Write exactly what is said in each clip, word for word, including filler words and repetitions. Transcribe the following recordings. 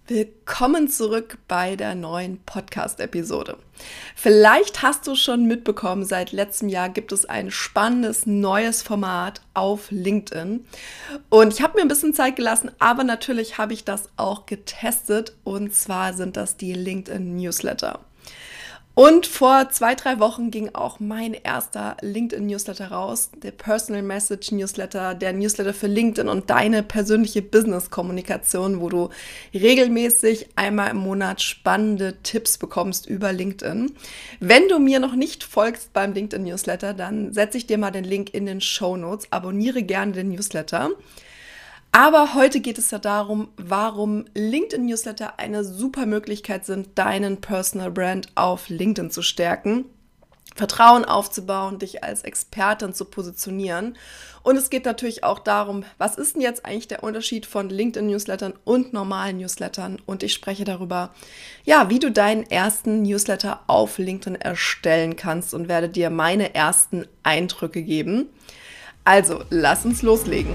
Willkommen zurück bei der neuen Podcast-Episode. Vielleicht hast du schon mitbekommen, seit letztem Jahr gibt es ein spannendes neues Format auf LinkedIn. Und ich habe mir ein bisschen Zeit gelassen, aber natürlich habe ich das auch getestet. Und zwar sind das die LinkedIn-Newsletter. Und vor zwei, drei Wochen ging auch mein erster LinkedIn-Newsletter raus, der Personal Message Newsletter, der Newsletter für LinkedIn und deine persönliche Business-Kommunikation, wo du regelmäßig einmal im Monat spannende Tipps bekommst über LinkedIn. Wenn du mir noch nicht folgst beim LinkedIn-Newsletter, dann setze ich dir mal den Link in den Shownotes, abonniere gerne den Newsletter. Aber heute geht es ja darum, warum LinkedIn-Newsletter eine super Möglichkeit sind, deinen Personal Brand auf LinkedIn zu stärken, Vertrauen aufzubauen, dich als Expertin zu positionieren. Und es geht natürlich auch darum, was ist denn jetzt eigentlich der Unterschied von LinkedIn-Newslettern und normalen Newslettern? Und ich spreche darüber, ja, wie du deinen ersten Newsletter auf LinkedIn erstellen kannst und werde dir meine ersten Eindrücke geben. Also, lass uns loslegen.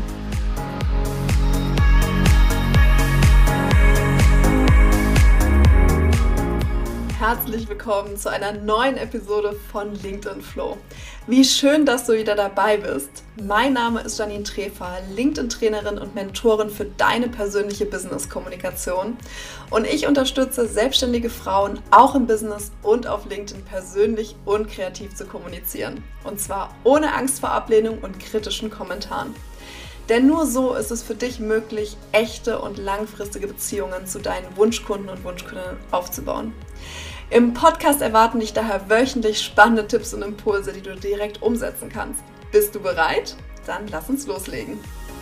Herzlich willkommen zu einer neuen Episode von LinkedIn Flow. Wie schön, dass du wieder dabei bist. Mein Name ist Janine Trefer, LinkedIn-Trainerin und Mentorin für deine persönliche Business-Kommunikation. Und ich unterstütze selbstständige Frauen auch im Business und auf LinkedIn persönlich und kreativ zu kommunizieren. Und zwar ohne Angst vor Ablehnung und kritischen Kommentaren. Denn nur so ist es für dich möglich, echte und langfristige Beziehungen zu deinen Wunschkunden und Wunschkundinnen aufzubauen. Im Podcast erwarten dich daher wöchentlich spannende Tipps und Impulse, die du direkt umsetzen kannst. Bist du bereit? Dann lass uns loslegen.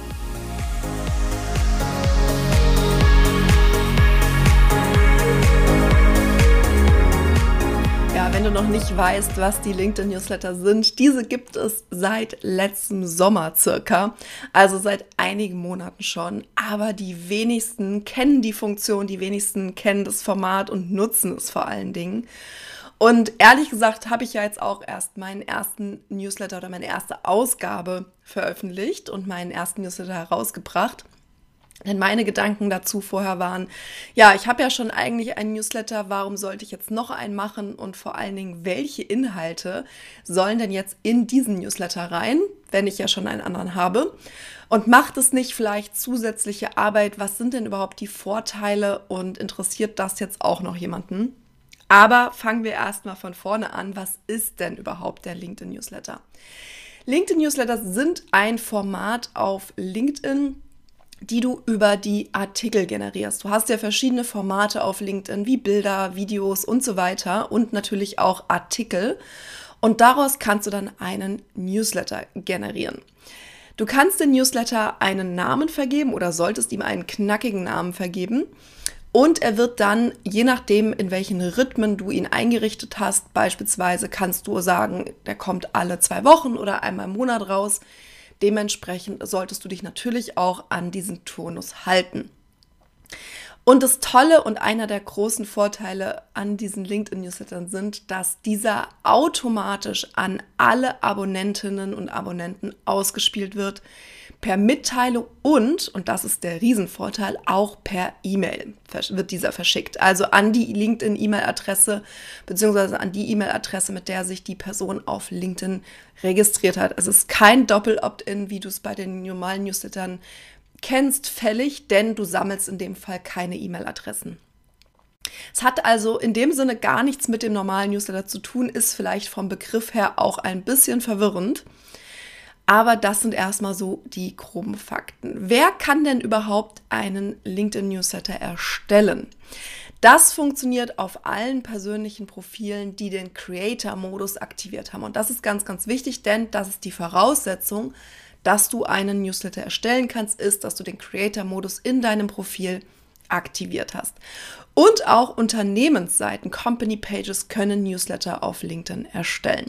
Ja, wenn du noch nicht weißt, was die LinkedIn-Newsletter sind, diese gibt es seit letztem Sommer circa, also seit einigen Monaten schon. Aber die wenigsten kennen die Funktion, die wenigsten kennen das Format und nutzen es vor allen Dingen. Und ehrlich gesagt habe ich ja jetzt auch erst meinen ersten Newsletter oder meine erste Ausgabe veröffentlicht und meinen ersten Newsletter herausgebracht. Denn meine Gedanken dazu vorher waren, ja, ich habe ja schon eigentlich einen Newsletter, warum sollte ich jetzt noch einen machen und vor allen Dingen, welche Inhalte sollen denn jetzt in diesen Newsletter rein, wenn ich ja schon einen anderen habe? Und macht es nicht vielleicht zusätzliche Arbeit? Was sind denn überhaupt die Vorteile und interessiert das jetzt auch noch jemanden? Aber fangen wir erstmal von vorne an, was ist denn überhaupt der LinkedIn-Newsletter? LinkedIn-Newsletter sind ein Format auf LinkedIn, die du über die Artikel generierst. Du hast ja verschiedene Formate auf LinkedIn, wie Bilder, Videos und so weiter und natürlich auch Artikel. Und daraus kannst du dann einen Newsletter generieren. Du kannst dem Newsletter einen Namen vergeben oder solltest ihm einen knackigen Namen vergeben. Und er wird dann, je nachdem, in welchen Rhythmen du ihn eingerichtet hast, beispielsweise kannst du sagen, der kommt alle zwei Wochen oder einmal im Monat raus. Dementsprechend solltest du dich natürlich auch an diesen Turnus halten. Und das Tolle und einer der großen Vorteile an diesen LinkedIn-Newslettern sind, dass dieser automatisch an alle Abonnentinnen und Abonnenten ausgespielt wird, per Mitteilung und, und das ist der Riesenvorteil, auch per E-Mail wird dieser verschickt. Also an die LinkedIn-E-Mail-Adresse beziehungsweise an die E-Mail-Adresse, mit der sich die Person auf LinkedIn registriert hat. Es ist kein Doppel-Opt-in, wie du es bei den normalen Newslettern kennst, fällig, denn du sammelst in dem Fall keine E-Mail-Adressen. Es hat also in dem Sinne gar nichts mit dem normalen Newsletter zu tun, ist vielleicht vom Begriff her auch ein bisschen verwirrend. Aber das sind erstmal so die groben Fakten. Wer kann denn überhaupt einen LinkedIn-Newsletter erstellen? Das funktioniert auf allen persönlichen Profilen, die den Creator-Modus aktiviert haben. Und das ist ganz, ganz wichtig, denn das ist die Voraussetzung, dass du einen Newsletter erstellen kannst, ist, dass du den Creator-Modus in deinem Profil aktiviert hast. Und auch Unternehmensseiten, Company Pages können Newsletter auf LinkedIn erstellen.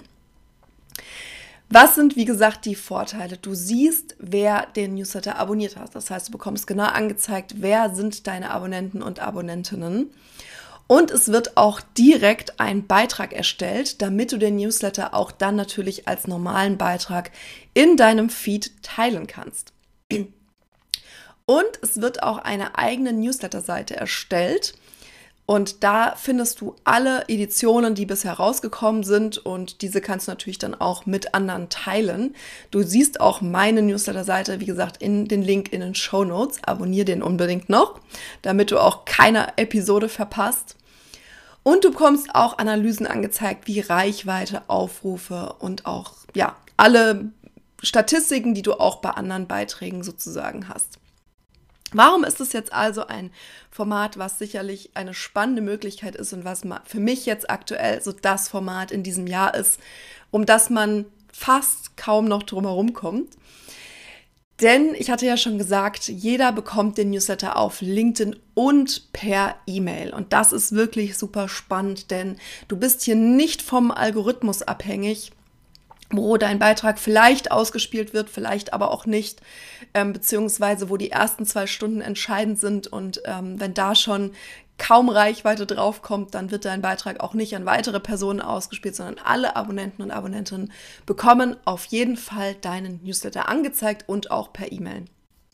Was sind, wie gesagt, die Vorteile? Du siehst, wer den Newsletter abonniert hat. Das heißt, du bekommst genau angezeigt, wer sind deine Abonnenten und Abonnentinnen. Und es wird auch direkt ein Beitrag erstellt, damit du den Newsletter auch dann natürlich als normalen Beitrag in deinem Feed teilen kannst. Und es wird auch eine eigene Newsletter-Seite erstellt. Und da findest du alle Editionen, die bisher rausgekommen sind, und diese kannst du natürlich dann auch mit anderen teilen. Du siehst auch meine Newsletter-Seite, wie gesagt, in den Link in den Shownotes. Abonnier den unbedingt noch, damit du auch keine Episode verpasst. Und du bekommst auch Analysen angezeigt, wie Reichweite, Aufrufe und auch ja alle Statistiken, die du auch bei anderen Beiträgen sozusagen hast. Warum ist es jetzt also ein Format, was sicherlich eine spannende Möglichkeit ist und was für mich jetzt aktuell so das Format in diesem Jahr ist, um das man fast kaum noch drumherum kommt? Denn ich hatte ja schon gesagt, jeder bekommt den Newsletter auf LinkedIn und per E-Mail. Und das ist wirklich super spannend, denn du bist hier nicht vom Algorithmus abhängig, wo dein Beitrag vielleicht ausgespielt wird, vielleicht aber auch nicht, ähm, beziehungsweise wo die ersten zwei Stunden entscheidend sind und ähm, wenn da schon kaum Reichweite draufkommt, dann wird dein Beitrag auch nicht an weitere Personen ausgespielt, sondern alle Abonnenten und Abonnentinnen bekommen auf jeden Fall deinen Newsletter angezeigt und auch per E-Mail.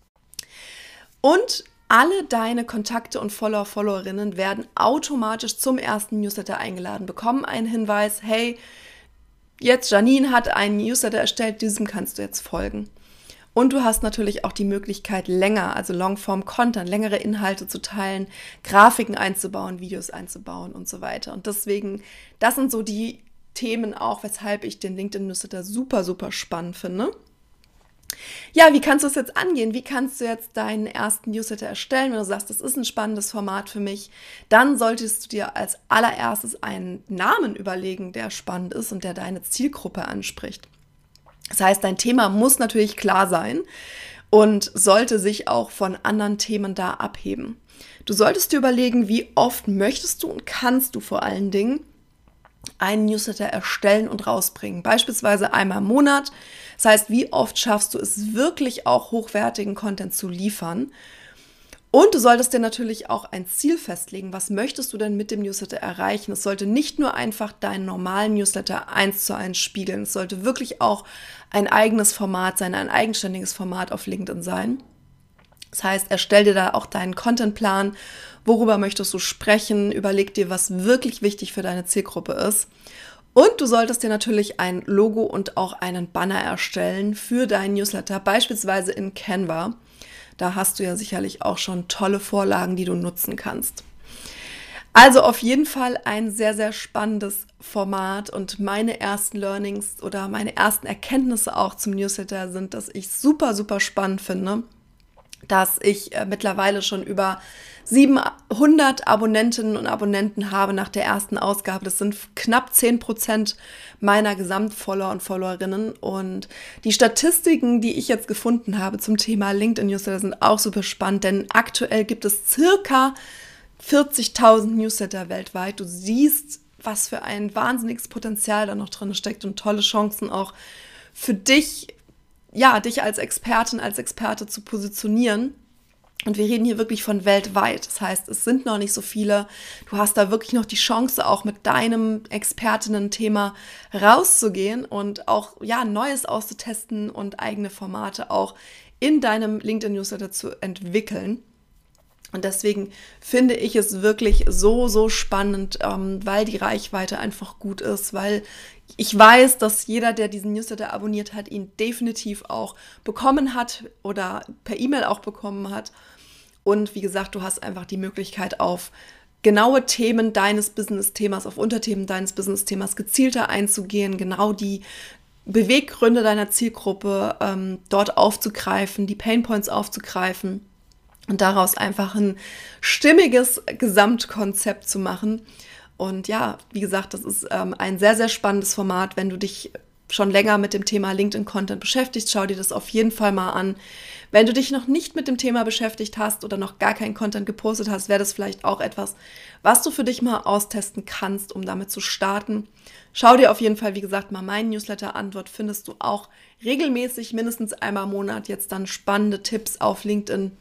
Und alle deine Kontakte und Follower, Followerinnen werden automatisch zum ersten Newsletter eingeladen, bekommen einen Hinweis, hey, jetzt Janine hat einen Newsletter erstellt, diesem kannst du jetzt folgen. Und du hast natürlich auch die Möglichkeit, länger, also Longform-Content, längere Inhalte zu teilen, Grafiken einzubauen, Videos einzubauen und so weiter. Und deswegen, das sind so die Themen auch, weshalb ich den LinkedIn-Newsletter super, super spannend finde. Ja, wie kannst du es jetzt angehen? Wie kannst du jetzt deinen ersten Newsletter erstellen? Wenn du sagst, das ist ein spannendes Format für mich, dann solltest du dir als allererstes einen Namen überlegen, der spannend ist und der deine Zielgruppe anspricht. Das heißt, dein Thema muss natürlich klar sein und sollte sich auch von anderen Themen da abheben. Du solltest dir überlegen, wie oft möchtest du und kannst du vor allen Dingen einen Newsletter erstellen und rausbringen. Beispielsweise einmal im Monat. Das heißt, wie oft schaffst du es wirklich auch hochwertigen Content zu liefern? Und du solltest dir natürlich auch ein Ziel festlegen. Was möchtest du denn mit dem Newsletter erreichen? Es sollte nicht nur einfach deinen normalen Newsletter eins zu eins spiegeln. Es sollte wirklich auch ein eigenes Format sein, ein eigenständiges Format auf LinkedIn sein. Das heißt, erstell dir da auch deinen Contentplan. Worüber möchtest du sprechen? Überleg dir, was wirklich wichtig für deine Zielgruppe ist. Und du solltest dir natürlich ein Logo und auch einen Banner erstellen für deinen Newsletter, beispielsweise in Canva. Da hast du ja sicherlich auch schon tolle Vorlagen, die du nutzen kannst. Also auf jeden Fall ein sehr, sehr spannendes Format und meine ersten Learnings oder meine ersten Erkenntnisse auch zum Newsletter sind, dass ich super, super spannend finde, dass ich äh, mittlerweile schon über siebenhundert Abonnentinnen und Abonnenten habe nach der ersten Ausgabe. Das sind knapp zehn Prozent meiner Gesamtfollower und Followerinnen. Und die Statistiken, die ich jetzt gefunden habe zum Thema LinkedIn-Newsletter, sind auch super spannend, denn aktuell gibt es circa vierzigtausend Newsletter weltweit. Du siehst, was für ein wahnsinniges Potenzial da noch drin steckt und tolle Chancen auch für dich, ja, dich als Expertin, als Experte zu positionieren. Und wir reden hier wirklich von weltweit. Das heißt, es sind noch nicht so viele. Du hast da wirklich noch die Chance, auch mit deinem Expertinnen-Thema rauszugehen und auch ja Neues auszutesten und eigene Formate auch in deinem LinkedIn-Newsletter zu entwickeln. Und deswegen finde ich es wirklich so, so spannend, ähm, weil die Reichweite einfach gut ist, weil ich weiß, dass jeder, der diesen Newsletter abonniert hat, ihn definitiv auch bekommen hat oder per E-Mail auch bekommen hat. Und wie gesagt, du hast einfach die Möglichkeit, auf genaue Themen deines Business-Themas, auf Unterthemen deines Business-Themas gezielter einzugehen, genau die Beweggründe deiner Zielgruppe ähm, dort aufzugreifen, die Painpoints aufzugreifen und daraus einfach ein stimmiges Gesamtkonzept zu machen. Und ja, wie gesagt, das ist ähm, ein sehr, sehr spannendes Format. Wenn du dich schon länger mit dem Thema LinkedIn-Content beschäftigst, schau dir das auf jeden Fall mal an. Wenn du dich noch nicht mit dem Thema beschäftigt hast oder noch gar keinen Content gepostet hast, wäre das vielleicht auch etwas, was du für dich mal austesten kannst, um damit zu starten. Schau dir auf jeden Fall, wie gesagt, mal meinen Newsletter an. Dort findest du auch regelmäßig, mindestens einmal im Monat, jetzt dann spannende Tipps auf LinkedIn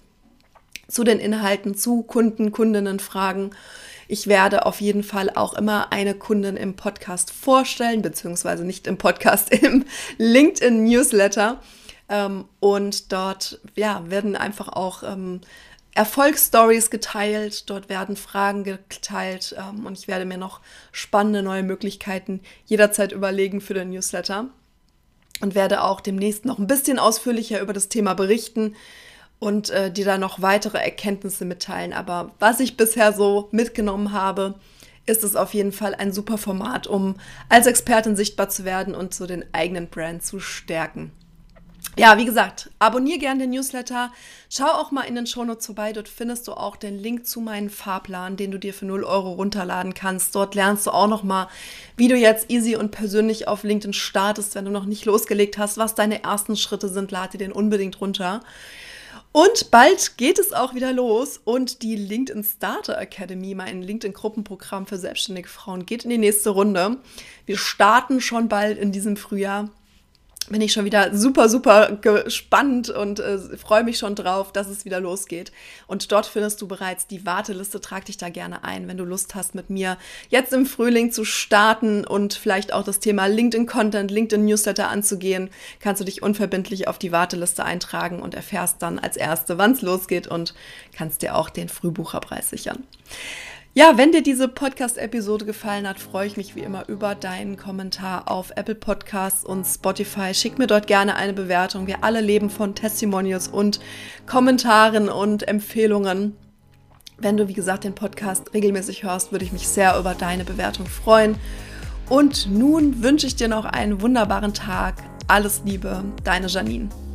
zu den Inhalten, zu Kunden, Kundinnenfragen. Ich werde auf jeden Fall auch immer eine Kundin im Podcast vorstellen, beziehungsweise nicht im Podcast, im LinkedIn-Newsletter. Ähm, und dort ja, werden einfach auch ähm, Erfolgsstories geteilt, dort werden Fragen geteilt ähm, und ich werde mir noch spannende neue Möglichkeiten jederzeit überlegen für den Newsletter und werde auch demnächst noch ein bisschen ausführlicher über das Thema berichten und äh, dir da noch weitere Erkenntnisse mitteilen. Aber was ich bisher so mitgenommen habe, ist es auf jeden Fall ein super Format, um als Expertin sichtbar zu werden und so den eigenen Brand zu stärken. Ja, wie gesagt, abonniere gerne den Newsletter, schau auch mal in den Shownotes vorbei, dort findest du auch den Link zu meinem Fahrplan, den du dir für null Euro runterladen kannst. Dort lernst du auch noch mal, wie du jetzt easy und persönlich auf LinkedIn startest, wenn du noch nicht losgelegt hast, was deine ersten Schritte sind, lade dir den unbedingt runter. Und bald geht es auch wieder los und die LinkedIn Starter Academy, mein LinkedIn-Gruppenprogramm für selbstständige Frauen, geht in die nächste Runde. Wir starten schon bald in diesem Frühjahr. Bin ich schon wieder super, super gespannt und äh, freue mich schon drauf, dass es wieder losgeht. Und dort findest du bereits die Warteliste. Trag dich da gerne ein, wenn du Lust hast, mit mir jetzt im Frühling zu starten und vielleicht auch das Thema LinkedIn-Content, LinkedIn-Newsletter anzugehen. Kannst du dich unverbindlich auf die Warteliste eintragen und erfährst dann als Erste, wann es losgeht und kannst dir auch den Frühbucherpreis sichern. Ja, wenn dir diese Podcast-Episode gefallen hat, freue ich mich wie immer über deinen Kommentar auf Apple Podcasts und Spotify. Schick mir dort gerne eine Bewertung. Wir alle leben von Testimonials und Kommentaren und Empfehlungen. Wenn du, wie gesagt, den Podcast regelmäßig hörst, würde ich mich sehr über deine Bewertung freuen. Und nun wünsche ich dir noch einen wunderbaren Tag. Alles Liebe, deine Janine.